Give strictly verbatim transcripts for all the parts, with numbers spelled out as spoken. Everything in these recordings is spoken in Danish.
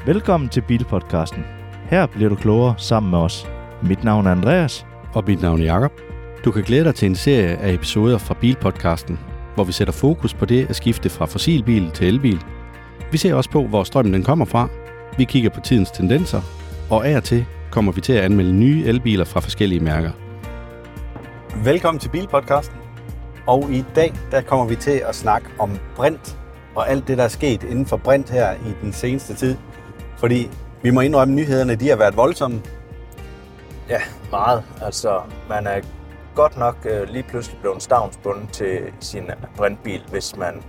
Velkommen til Bilpodcasten. Her bliver du klogere sammen med os. Mit navn er Andreas. Og mit navn er Jakob. Du kan glæde dig til en serie af episoder fra Bilpodcasten, hvor vi sætter fokus på det at skifte fra fossilbil til elbil. Vi ser også på, hvor strømmen den kommer fra. Vi kigger på tidens tendenser, og af og til kommer vi til at anmelde nye elbiler fra forskellige mærker. Velkommen til Bilpodcasten. Og i dag der kommer vi til at snakke om brint og alt det, der er sket inden for brint her i den seneste tid. Fordi vi må indrømme, nyhederne de har været voldsomme. Ja, meget. Altså, man er godt nok øh, lige pludselig blevet stavnsbundet til sin brintbil, hvis man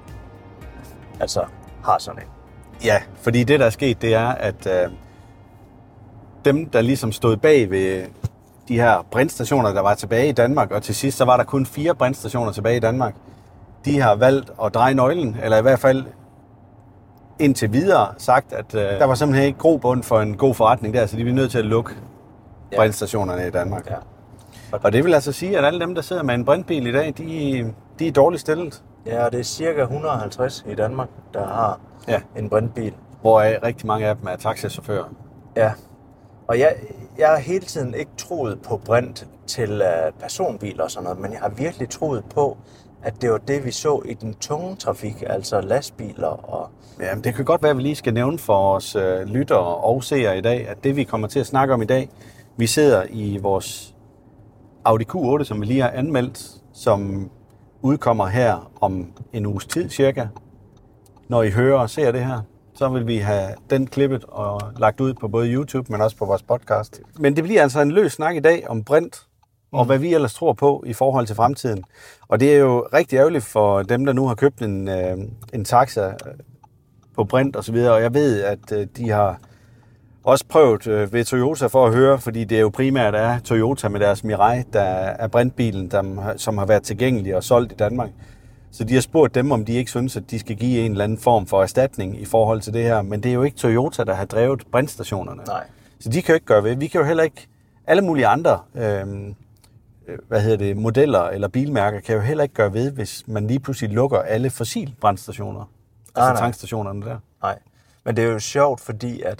altså har sådan en. Ja, fordi det, der er sket, det er, at øh, dem, der ligesom stod bag ved de her brintstationer, der var tilbage i Danmark, og til sidst så var der kun fire brintstationer tilbage i Danmark, de har valgt at dreje nøglen, eller i hvert fald indtil videre sagt, at øh, der var simpelthen ikke grobund for en god forretning der, så de blev nødt til at lukke ja. brintstationerne i Danmark. Ja. Og det vil altså sige, at alle dem, der sidder med en brintbil i dag, de, de er dårligt stillet. Ja, det er cirka et hundrede og halvtreds i Danmark, der har ja. en brintbil. Hvoraf rigtig mange af dem er taxachauffører. Ja, og jeg, jeg har hele tiden ikke troet på brint til uh, personbiler og sådan noget, men jeg har virkelig troet på, at det var det, vi så i den tunge trafik, altså lastbiler og... Ja, det kan godt være, at vi lige skal nævne for os øh, lyttere og seere i dag, at det, vi kommer til at snakke om i dag, vi sidder i vores Audi Q otte, som vi lige har anmeldt, som udkommer her om en uges tid cirka. Når I hører og ser det her, så vil vi have den klippet og lagt ud på både YouTube, men også på vores podcast. Men det bliver altså en løs snak i dag om brint, og mm. hvad vi ellers tror på i forhold til fremtiden. Og det er jo rigtig ærgerligt for dem, der nu har købt en, øh, en taxa på brint og så videre. Og jeg ved, at øh, de har også prøvet øh, ved Toyota for at høre, fordi det er jo primært er Toyota med deres Mirai, der er brintbilen, der, som har været tilgængelig og solgt i Danmark. Så de har spurgt dem, om de ikke synes, at de skal give en eller anden form for erstatning i forhold til det her. Men det er jo ikke Toyota, der har drevet brintstationerne. Nej. Så de kan jo ikke gøre ved. Vi kan jo heller ikke... Alle mulige andre øh, hvad hedder det, modeller eller bilmærker kan jo heller ikke gøre ved, hvis man lige pludselig lukker alle fossilbrændstationer. Altså ah, tankstationerne der. Nej, men det er jo sjovt, fordi at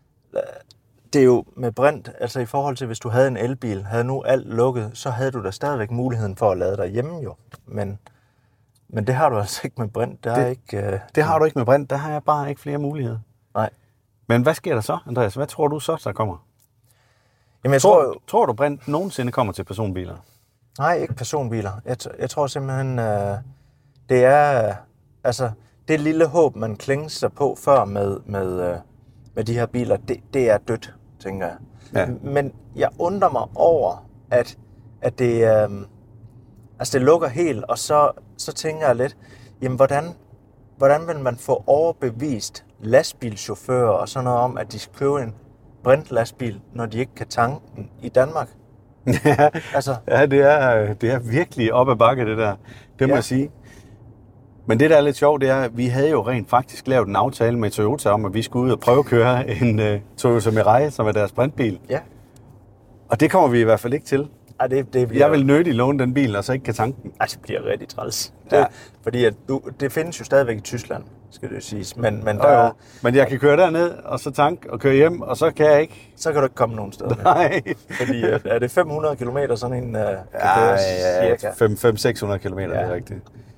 det er jo med brint, altså i forhold til, hvis du havde en elbil, havde nu alt lukket, så havde du da stadigvæk muligheden for at lade dig hjemme jo. Men, men det har du altså ikke med brint. Der det, er ikke, uh, det har du ikke med brint. Der har jeg bare ikke flere muligheder. Nej. Men hvad sker der så, Andreas? Hvad tror du så, der kommer? Jamen, jeg tror, tror, tror du, brint nogensinde kommer til personbiler? Nej, ikke personbiler. Jeg, t- jeg tror simpelthen, uh, det er uh, altså det lille håb, man klænger sig på før med, med, uh, med de her biler, det, det er dødt, tænker jeg. Ja. Men jeg undrer mig over, at, at det, uh, altså det lukker helt, og så, så tænker jeg lidt, jamen hvordan, hvordan vil man få overbevist lastbilchauffører og sådan noget om, at de skal købe en brintlastbil, når de ikke kan tanke den i Danmark? Ja, altså. ja det, er, det er virkelig op ad bakke, det der. Det må ja. jeg sige. Men det, der er lidt sjovt, det er, at vi havde jo rent faktisk lavet en aftale med Toyota om, at vi skulle ud og prøve at køre en uh, Toyota Mirai, som er deres brintbil. Ja. Og det kommer vi i hvert fald ikke til. Ej, det, det bliver... Jeg vil nødigt låne den bil, og så ikke kan tanke den. Ej, det bliver rigtig træls. Det, ja. Fordi at du, det findes jo stadigvæk i Tyskland, skal det jo siges. Men, men, der er, men jeg kan køre derned, og så tanke og køre hjem, og så kan jeg ikke... Så kan du ikke komme nogen steder. Nej. Fordi er det fem hundrede kilometer sådan en... Uh, ja, ja, cirka? fem til seks hundrede kilometer, ja. Det er rigtigt.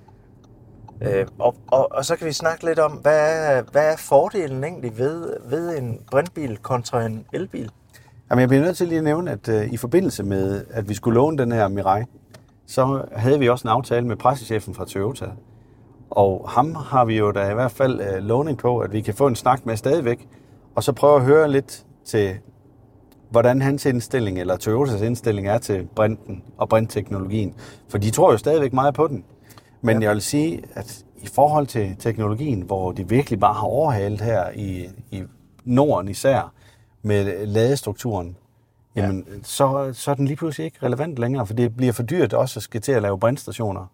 Øh, og, og, og så kan vi snakke lidt om, hvad er, hvad er fordelen egentlig ved, ved en brintbil kontra en elbil? Jamen, jeg bliver nødt til lige at nævne, at uh, i forbindelse med, at vi skulle låne den her Mirai, så havde vi også en aftale med pressechefen fra Toyota. Og ham har vi jo da i hvert fald uh, låning på, at vi kan få en snak med stadigvæk, og så prøve at høre lidt til, hvordan hans indstilling, eller Toyotas indstilling er til brinten og brintteknologien. For de tror jo stadigvæk meget på den. Men ja. jeg vil sige, at i forhold til teknologien, hvor de virkelig bare har overhalet her i, i Norden især, med ladestrukturen, ja. jamen, så, så er den lige pludselig ikke relevant længere, for det bliver for dyrt også at skal til at lave brintstationer.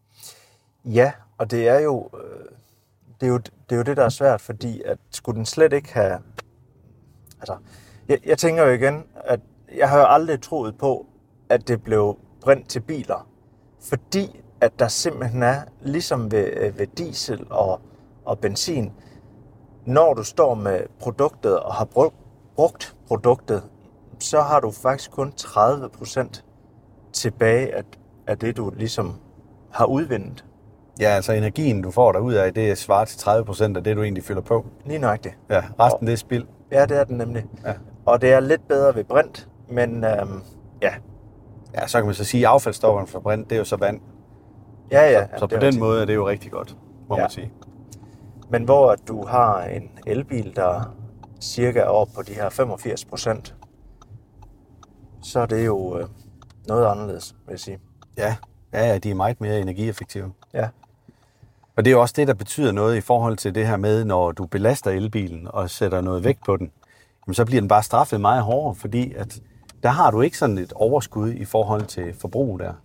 Ja, og det er jo det, er jo, det, er jo det der er svært, fordi at skulle den slet ikke have... Altså, jeg, jeg tænker jo igen, at jeg har jo aldrig troet på, at det blev brint til biler, fordi at der simpelthen er, ligesom ved, ved diesel og, og benzin, når du står med produktet og har brugt, brugt produktet, så har du faktisk kun tredive procent tilbage af, af det, du ligesom har udvindet. Ja, altså energien, du får derud af, det svarer til tredive procent af det, du egentlig fylder på. Lige nøjagtigt. Ja, resten det er spild. Ja, det er den nemlig. Ja. Og det er lidt bedre ved brint, men øhm, ja. Ja, så kan man så sige, at affaldsstofferne fra brint, det er jo så vand. Ja, ja. Så, så på den rigtigt. måde er det jo rigtig godt, må ja. man sige. Men hvor du har en elbil, der cirka er oppe på de her femogfirs procent, så er det jo øh, noget anderledes, vil jeg sige. Ja. Ja, ja, de er meget mere energieffektive. Ja. Og det er jo også det, der betyder noget i forhold til det her med, når du belaster elbilen og sætter noget vægt på den, jamen så bliver den bare straffet meget hårdere, fordi at der har du ikke sådan et overskud i forhold til forbrug der.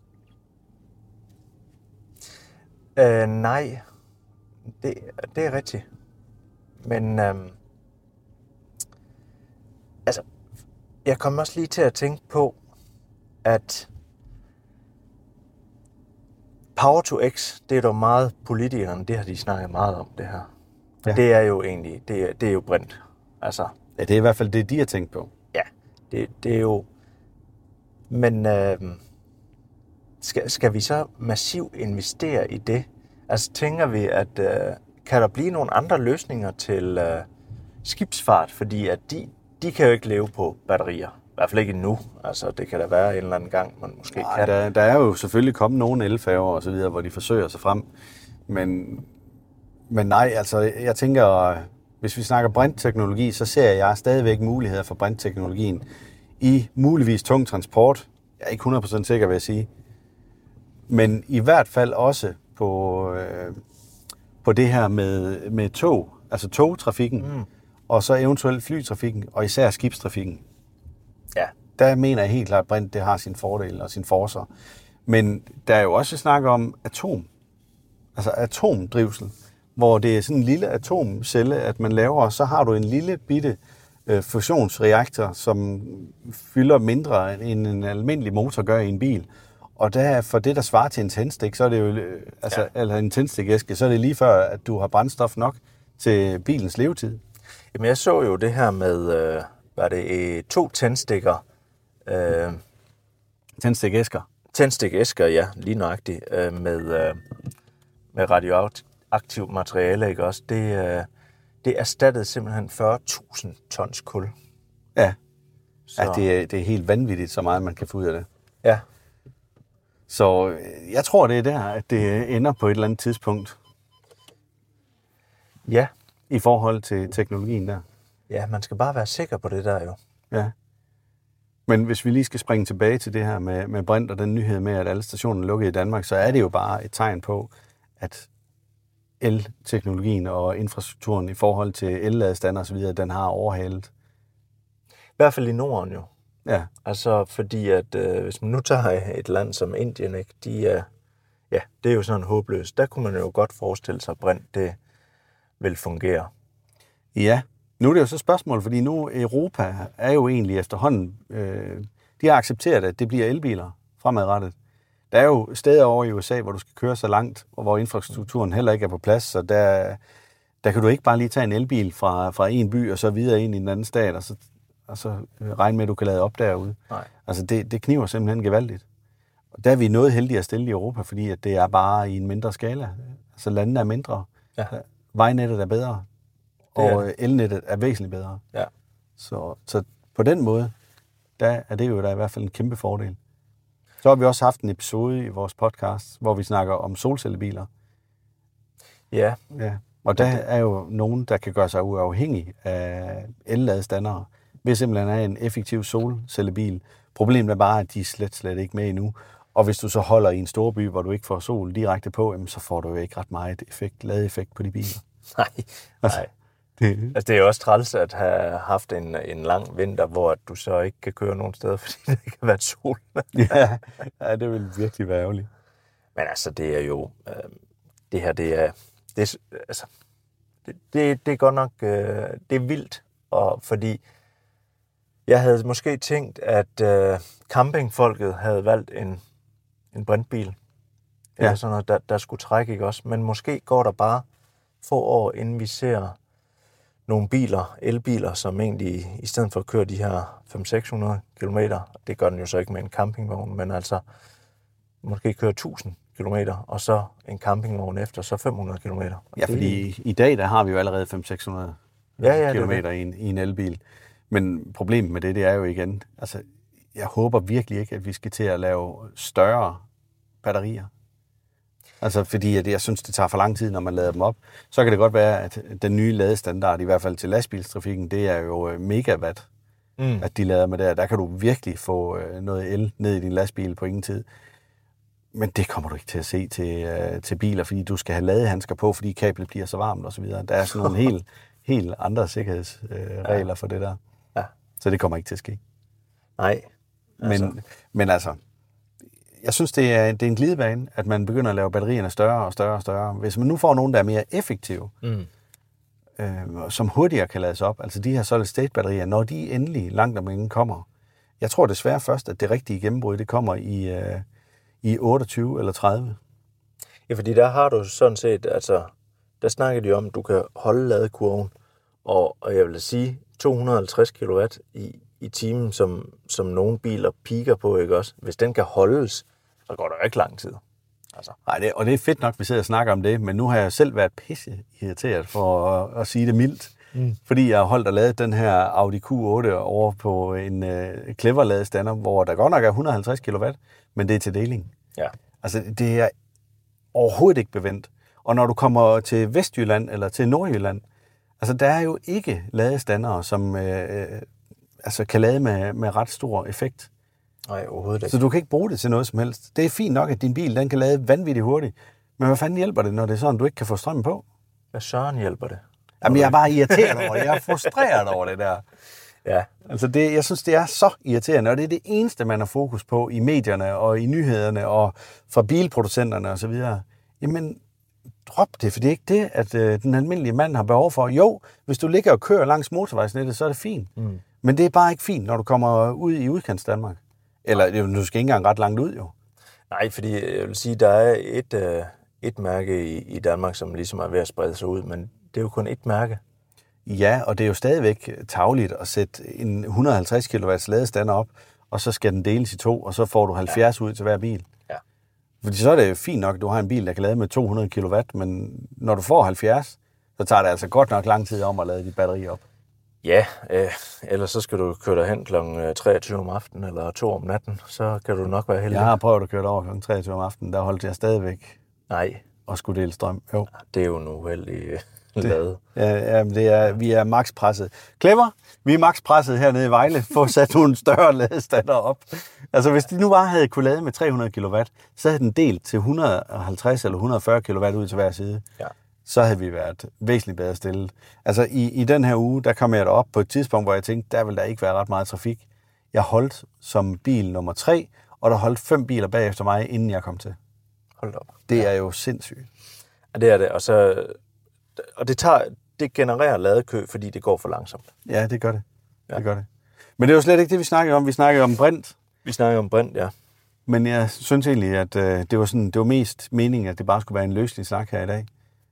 Øh, nej, det, det er rigtigt. Men øhm, altså, jeg kommer også lige til at tænke på, at Power to X, det er dog meget politikerne, det har de snakket meget om, det her. Ja. Det er jo egentlig, det er, det er jo brint. Altså, ja, det er i hvert fald det, de har tænkt på. Ja, det, det er jo... Men øh, skal, skal vi så massivt investere i det? Altså tænker vi, at øh, kan der blive nogle andre løsninger til øh, skibsfart? Fordi at de, de kan jo ikke leve på batterier. I hvert fald ikke endnu. Altså, det kan da være en eller anden gang, man måske Nej, kan. Der, der er jo selvfølgelig kommet nogle elfærger og så videre, hvor de forsøger sig frem. Men, men nej, altså, jeg tænker, hvis vi snakker brintteknologi, så ser jeg stadigvæk muligheder for brintteknologien i muligvis tung transport. Jeg er ikke hundrede procent sikker, vil jeg sige. Men i hvert fald også på, øh, på det her med, med tog, altså togtrafikken, mm. og så eventuelt flytrafikken, og især skibstrafikken. Ja. Der mener jeg helt klart, at brint det har sin fordel og sin forser. Men der er jo også snak om atom. Altså atomdrivsel, hvor det er sådan en lille atomcelle, at man laver, og så har du en lille bitte øh, fusionsreaktor, som fylder mindre end en almindelig motor gør i en bil. Og der, for det, der svarer til en tændstik, så er det jo, øh, altså, ja. eller en tændstikæske, så er det lige før, at du har brændstof nok til bilens levetid. Jamen jeg så jo det her med... Øh var det to tændstikker. Øh, Tændstikæsker. Tændstikæsker, ja, lige nøjagtigt, øh, med, øh, med radioaktivt materiale, ikke også? Det, øh, det erstattede simpelthen fyrre tusind tons kul. Ja, ja det, er, det er helt vanvittigt, så meget man kan få ud af det. Ja. Så jeg tror, det er der, at det ender på et eller andet tidspunkt. Ja. I forhold til teknologien der. Ja, man skal bare være sikker på det der jo. Ja. Men hvis vi lige skal springe tilbage til det her med, med brint og den nyhed med, at alle stationer er lukket i Danmark, så er det jo bare et tegn på, at el-teknologien og infrastrukturen i forhold til el-ladestander og så videre, den har overhalet. I hvert fald i Norden jo. Ja. Altså fordi, at øh, hvis man nu tager et land som Indien, ikke, de er, ja, det er jo sådan håbløst. Der kunne man jo godt forestille sig, at brint det vil fungere. Ja. Nu er det jo så spørgsmål, fordi nu Europa er jo egentlig efterhånden, øh, de har accepteret, at det bliver elbiler fremadrettet. Der er jo steder over i U S A, hvor du skal køre så langt, og hvor infrastrukturen heller ikke er på plads, så der, der kan du ikke bare lige tage en elbil fra, fra en by og så videre ind i en anden stat, og så, og så regne med, at du kan lade op derude. Nej. Altså det, det kniver simpelthen gevaldigt. Og der er vi noget heldige at stille i Europa, fordi at det er bare i en mindre skala. Altså landene er mindre, ja. Vejnettet er bedre. Og elnettet er væsentligt bedre. Ja. Så, så på den måde, der er det jo der i hvert fald en kæmpe fordel. Så har vi også haft en episode i vores podcast, hvor vi snakker om solcellebiler. Ja. Ja. Og der er jo nogen, der kan gøre sig uafhængig af elladestandere, ved simpelthen at have en effektiv solcellebil. Problemet er bare, at de er slet, slet ikke med endnu. Og hvis du så holder i en stor by, hvor du ikke får sol direkte på, så får du jo ikke ret meget effekt, ladeeffekt på de biler. Nej, altså, nej. Det. Altså, det er jo også træls at have haft en, en lang vinter, hvor du så ikke kan køre nogen steder, fordi det ikke har været sol. ja, ja, det vil virkelig være ærgerligt. Men altså, det er jo... Øh, det her, det er... Det, altså, det, det, det er godt nok... Øh, det er vildt, og fordi... Jeg havde måske tænkt, at øh, campingfolket havde valgt en, en brintbil. Eller ja. sådan noget, der, der skulle trække, ikke også? Men måske går der bare få år, inden vi ser nogle biler, elbiler, som egentlig i stedet for at køre de her fem til seks hundrede kilometer, det gør den jo så ikke med en campingvogn, men altså måske køre tusind kilometer, og så en campingvogn efter, så fem hundrede kilometer. Ja, fordi i, i dag, der har vi jo allerede fem til seks hundrede ja, ja, kilometer i en, i en elbil. Men problemet med det, det er jo igen, altså, jeg håber virkelig ikke, at vi skal til at lave større batterier. Altså, fordi at jeg synes, det tager for lang tid, når man lader dem op. Så kan det godt være, at den nye ladestandard, i hvert fald til lastbilstrafikken, det er jo megawatt, mm. at de lader med der. Der kan du virkelig få noget el ned i din lastbil på ingen tid. Men det kommer du ikke til at se til, uh, til biler, fordi du skal have ladehandsker på, fordi kablet bliver så varmt og så videre. Der er sådan nogle helt, helt andre sikkerhedsregler uh, ja. for det der. Ja. Så det kommer ikke til at ske. Nej. Altså. Men, men altså, jeg synes, det er, det er en glidebane, at man begynder at lave batterierne større og større og større. Hvis man nu får nogen, der er mere effektive, mm. øh, som hurtigere kan lades op, altså de her solid-state-batterier, når de endelig langt om ingen kommer. Jeg tror desværre først, at det rigtige gennembrud, det kommer i, øh, i otteogtyve eller tredive. Ja, fordi der har du sådan set, altså, der snakker de om, at du kan holde ladekurven, og, og jeg vil sige, to hundrede og halvtreds kilowatt i, i timen, som, som nogle biler piker på, ikke også? Hvis den kan holdes, så går der jo ikke lang tid. Altså. Nej, det, og det er fedt nok, at vi sidder og snakker om det, men nu har jeg selv været pisse irriteret, for at, at sige det mildt. Mm. Fordi jeg har holdt og lavet den her Audi Q otte over på en uh, clever ladestander, hvor der godt nok er et hundrede og halvtreds kilowatt, men det er til deling. Ja. Altså, det er overhovedet ikke bevendt. Og når du kommer til Vestjylland eller til Nordjylland, altså, der er jo ikke ladestandere, som uh, altså, kan lade med, med ret stor effekt. Nej, overhovedet ikke. Så du kan ikke bruge det til noget som helst. Det er fint nok, at din bil den kan lade vanvittigt hurtigt. Men hvad fanden hjælper det, når det er sådan, du ikke kan få strøm på? Hvad søren hjælper det? Jamen, jeg er bare irriteret over det. Jeg er frustreret over det der. Ja. Altså, det, jeg synes, det er så irriterende, og det er det eneste, man har fokus på i medierne og i nyhederne og fra bilproducenterne og så videre. Jamen, drop det, for det er ikke det, at øh, den almindelige mand har behov for. Jo, hvis du ligger og kører langs motorvejsnettet, så er det fint. Mm. Men det er bare ikke fint, når du kommer ud i udkants Danmark. Eller du skal ikke engang ret langt ud, jo. Nej, fordi jeg vil sige, der er et, øh, et mærke i, i Danmark, som ligesom er ved at sprede sig ud, men det er jo kun et mærke. Ja, og det er jo stadigvæk tarveligt at sætte en et hundrede og halvtreds kilowatt ladestander op, og så skal den deles i to, og så får du halvfjerds ja. ud til hver bil. Ja. Fordi så er det jo fint nok, at du har en bil, der kan lade med to hundrede kilowatt, men når du får halvfjerds, så tager det altså godt nok lang tid om at lade dit batteri op. Ja, øh, ellers så skal du køre derhen klokken treogtyve om aftenen eller to om natten, så kan du nok være heldig. Jeg har prøvet at køre derover klokken treogtyve om aftenen, der holdt jeg stadigvæk Nej. og skulle dele strøm. Jo. Det er jo en uheldig lade. Ja, ja, det er, vi er makspresset. Clever, vi er makspresset hernede i Vejle for at sætte nogle større ladestander op. Altså hvis de nu bare havde kunne lade med tre hundrede kilowatt, så havde den delt til et hundrede og halvtreds eller et hundrede og fyrre kilowatt ud til hver side. Ja. Så havde vi været væsentligt bedre stillet. Altså i, i den her uge, der kom jeg derop på et tidspunkt, hvor jeg tænkte, der vil der ikke være ret meget trafik. Jeg holdt som bil nummer tre, og der holdt fem biler bagefter mig, inden jeg kom til. Hold op. Det ja. er jo sindssygt. Ja, det er det. Og, så, og det, tager, det genererer ladekø, fordi det går for langsomt. Ja, det gør det. Ja. Det gør det. Men det er jo slet ikke det, vi snakker om. Vi snakker om brint. Vi snakker om brint, ja. Men jeg synes egentlig, at øh, det, var sådan, det var mest meningen, at det bare skulle være en løselig snak her i dag.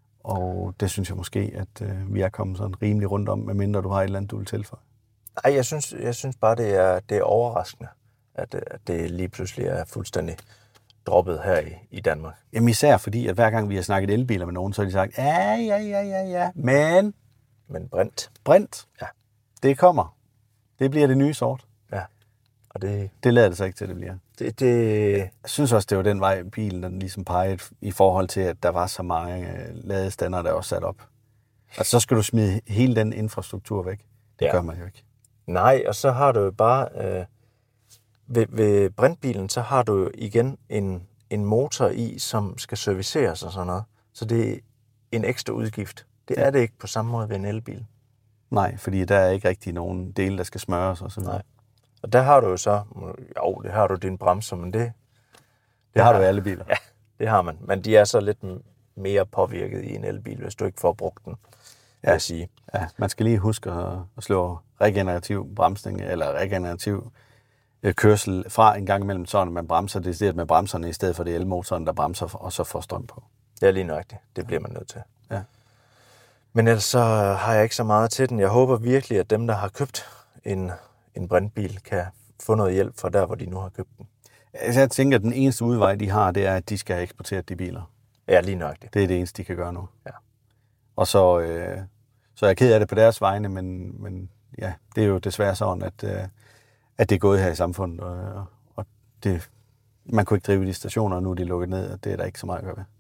Og det synes jeg måske, at øh, vi er kommet sådan rimelig rundt om, medmindre du har et eller andet, du vil tilføje. Nej, jeg synes, jeg synes bare, det er, det er overraskende, at, at det lige pludselig er fuldstændig droppet her i, i Danmark. Jamen især fordi, at hver gang vi har snakket elbiler med nogen, så har de sagt, ja, ja, ja, ja, ja, men... Men brint. Brint, ja. Det kommer. Det bliver det nye sort. Ja. Og det... Det lader det så ikke til, det bliver. Det, det... Jeg synes også, det var den vej, bilen den ligesom pegede i forhold til, at der var så mange øh, ladestander, der var sat op. Altså, så skal du smide hele den infrastruktur væk. Det ja. gør man jo ikke. Nej, og så har du jo bare... Øh, ved, ved brintbilen, så har du jo igen en, en motor i, som skal serviceres og sådan noget. Så det er en ekstra udgift. Det ja. er det ikke på samme måde ved en elbil. Nej, fordi der er ikke rigtig nogen dele, der skal smøres og sådan noget. Nej. Og der har du jo så, jo, det har du dine bremser, men det... Det, det har, har du i alle biler. Ja, det har man. Men de er så lidt mere påvirket i en elbil, hvis du ikke får brugt den, ja. vil jeg sige. Ja, man skal lige huske at, at slå regenerativ bremsning, eller regenerativ øh, kørsel fra en gang imellem, sådan at man bremser det stedet med bremserne, i stedet for det elmotoren, der bremser og så får strøm på. Det er lige nøjagtigt. Det bliver man nødt til. Ja. Men ellers så har jeg ikke så meget til den. Jeg håber virkelig, at dem, der har købt en, en brintbil, kan få noget hjælp fra der, hvor de nu har købt den. Altså, jeg tænker, at den eneste udvej, de har, det er, at de skal have eksporteret de biler. Ja, lige nøjagtigt. Det er det eneste, de kan gøre nu. Ja. Og så, øh, så er jeg ked af det på deres vegne, men, men ja, det er jo desværre sådan, at, øh, at det er gået her i samfundet. Og, og det, man kunne ikke drive de stationer, og nu er de lukket ned, og det er der ikke så meget at gøre ved.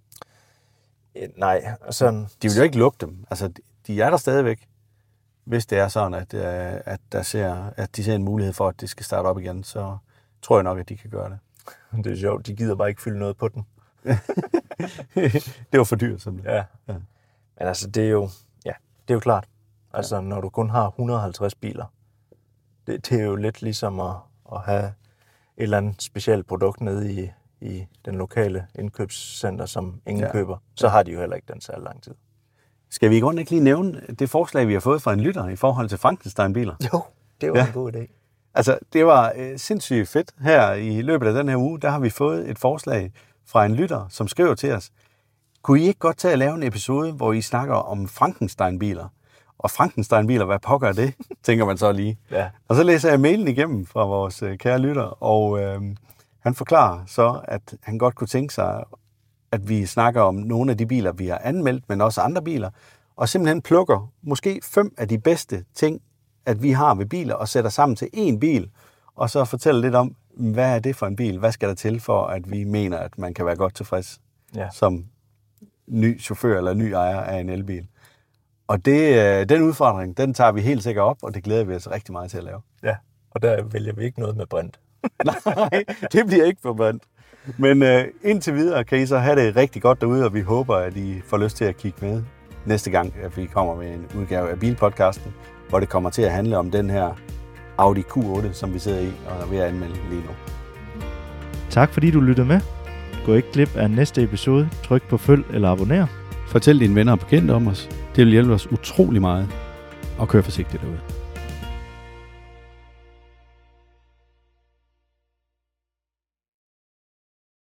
Nej, sådan... De vil jo ikke lukke dem. Altså, de er der stadigvæk, hvis det er sådan, at, øh, at, der ser, at de ser en mulighed for, at det skal starte op igen, så tror jeg nok, at de kan gøre det. Det er sjovt, de gider bare ikke fylde noget på den. Det var for dyrt, simpelthen. Ja. ja. Men altså, det er jo, ja, det er jo klart. Altså, ja. Når du kun har et hundrede og halvtreds biler, det, det er jo lidt ligesom at, at have et eller andet specielt produkt nede i, i den lokale indkøbscenter, som ingen ja. køber. Så ja. har de jo heller ikke den særlig lang tid. Skal vi i grunden ikke lige nævne det forslag, vi har fået fra en lytter i forhold til Frankenstein-biler? Jo, det var ja. en god idé. Altså, det var øh, sindssygt fedt. Her i løbet af den her uge, der har vi fået et forslag fra en lytter, som skriver til os: kunne I ikke godt tage at lave en episode, hvor I snakker om Frankenstein-biler? Og Frankenstein-biler, hvad pokker er det? Tænker man så lige. Ja. Og så læser jeg mailen igennem fra vores øh, kære lytter, og øh, han forklarer så, at han godt kunne tænke sig, at vi snakker om nogle af de biler, vi har anmeldt, men også andre biler, og simpelthen plukker måske fem af de bedste ting, at vi har ved biler, og sætter sammen til én bil, og så fortæller lidt om, hvad er det for en bil? Hvad skal der til for, at vi mener, at man kan være godt tilfreds ja. som ny chauffør eller ny ejer af en elbil? Og det, den udfordring, den tager vi helt sikkert op, og det glæder vi os rigtig meget til at lave. Ja, og der vælger vi ikke noget med brint. Nej, det bliver ikke for brint. Men øh, indtil videre kan I så have det rigtig godt derude, og vi håber, at I får lyst til at kigge med næste gang, at vi kommer med en udgave af Bilpodcasten, hvor det kommer til at handle om den her Audi Q otte, som vi sidder i og er ved at anmelde lige nu. Tak fordi du lyttede med. Gå ikke glip af næste episode. Tryk på følg eller abonner. Fortæl dine venner og bekendte om os. Det vil hjælpe os utrolig meget. Og kør forsigtigt derude.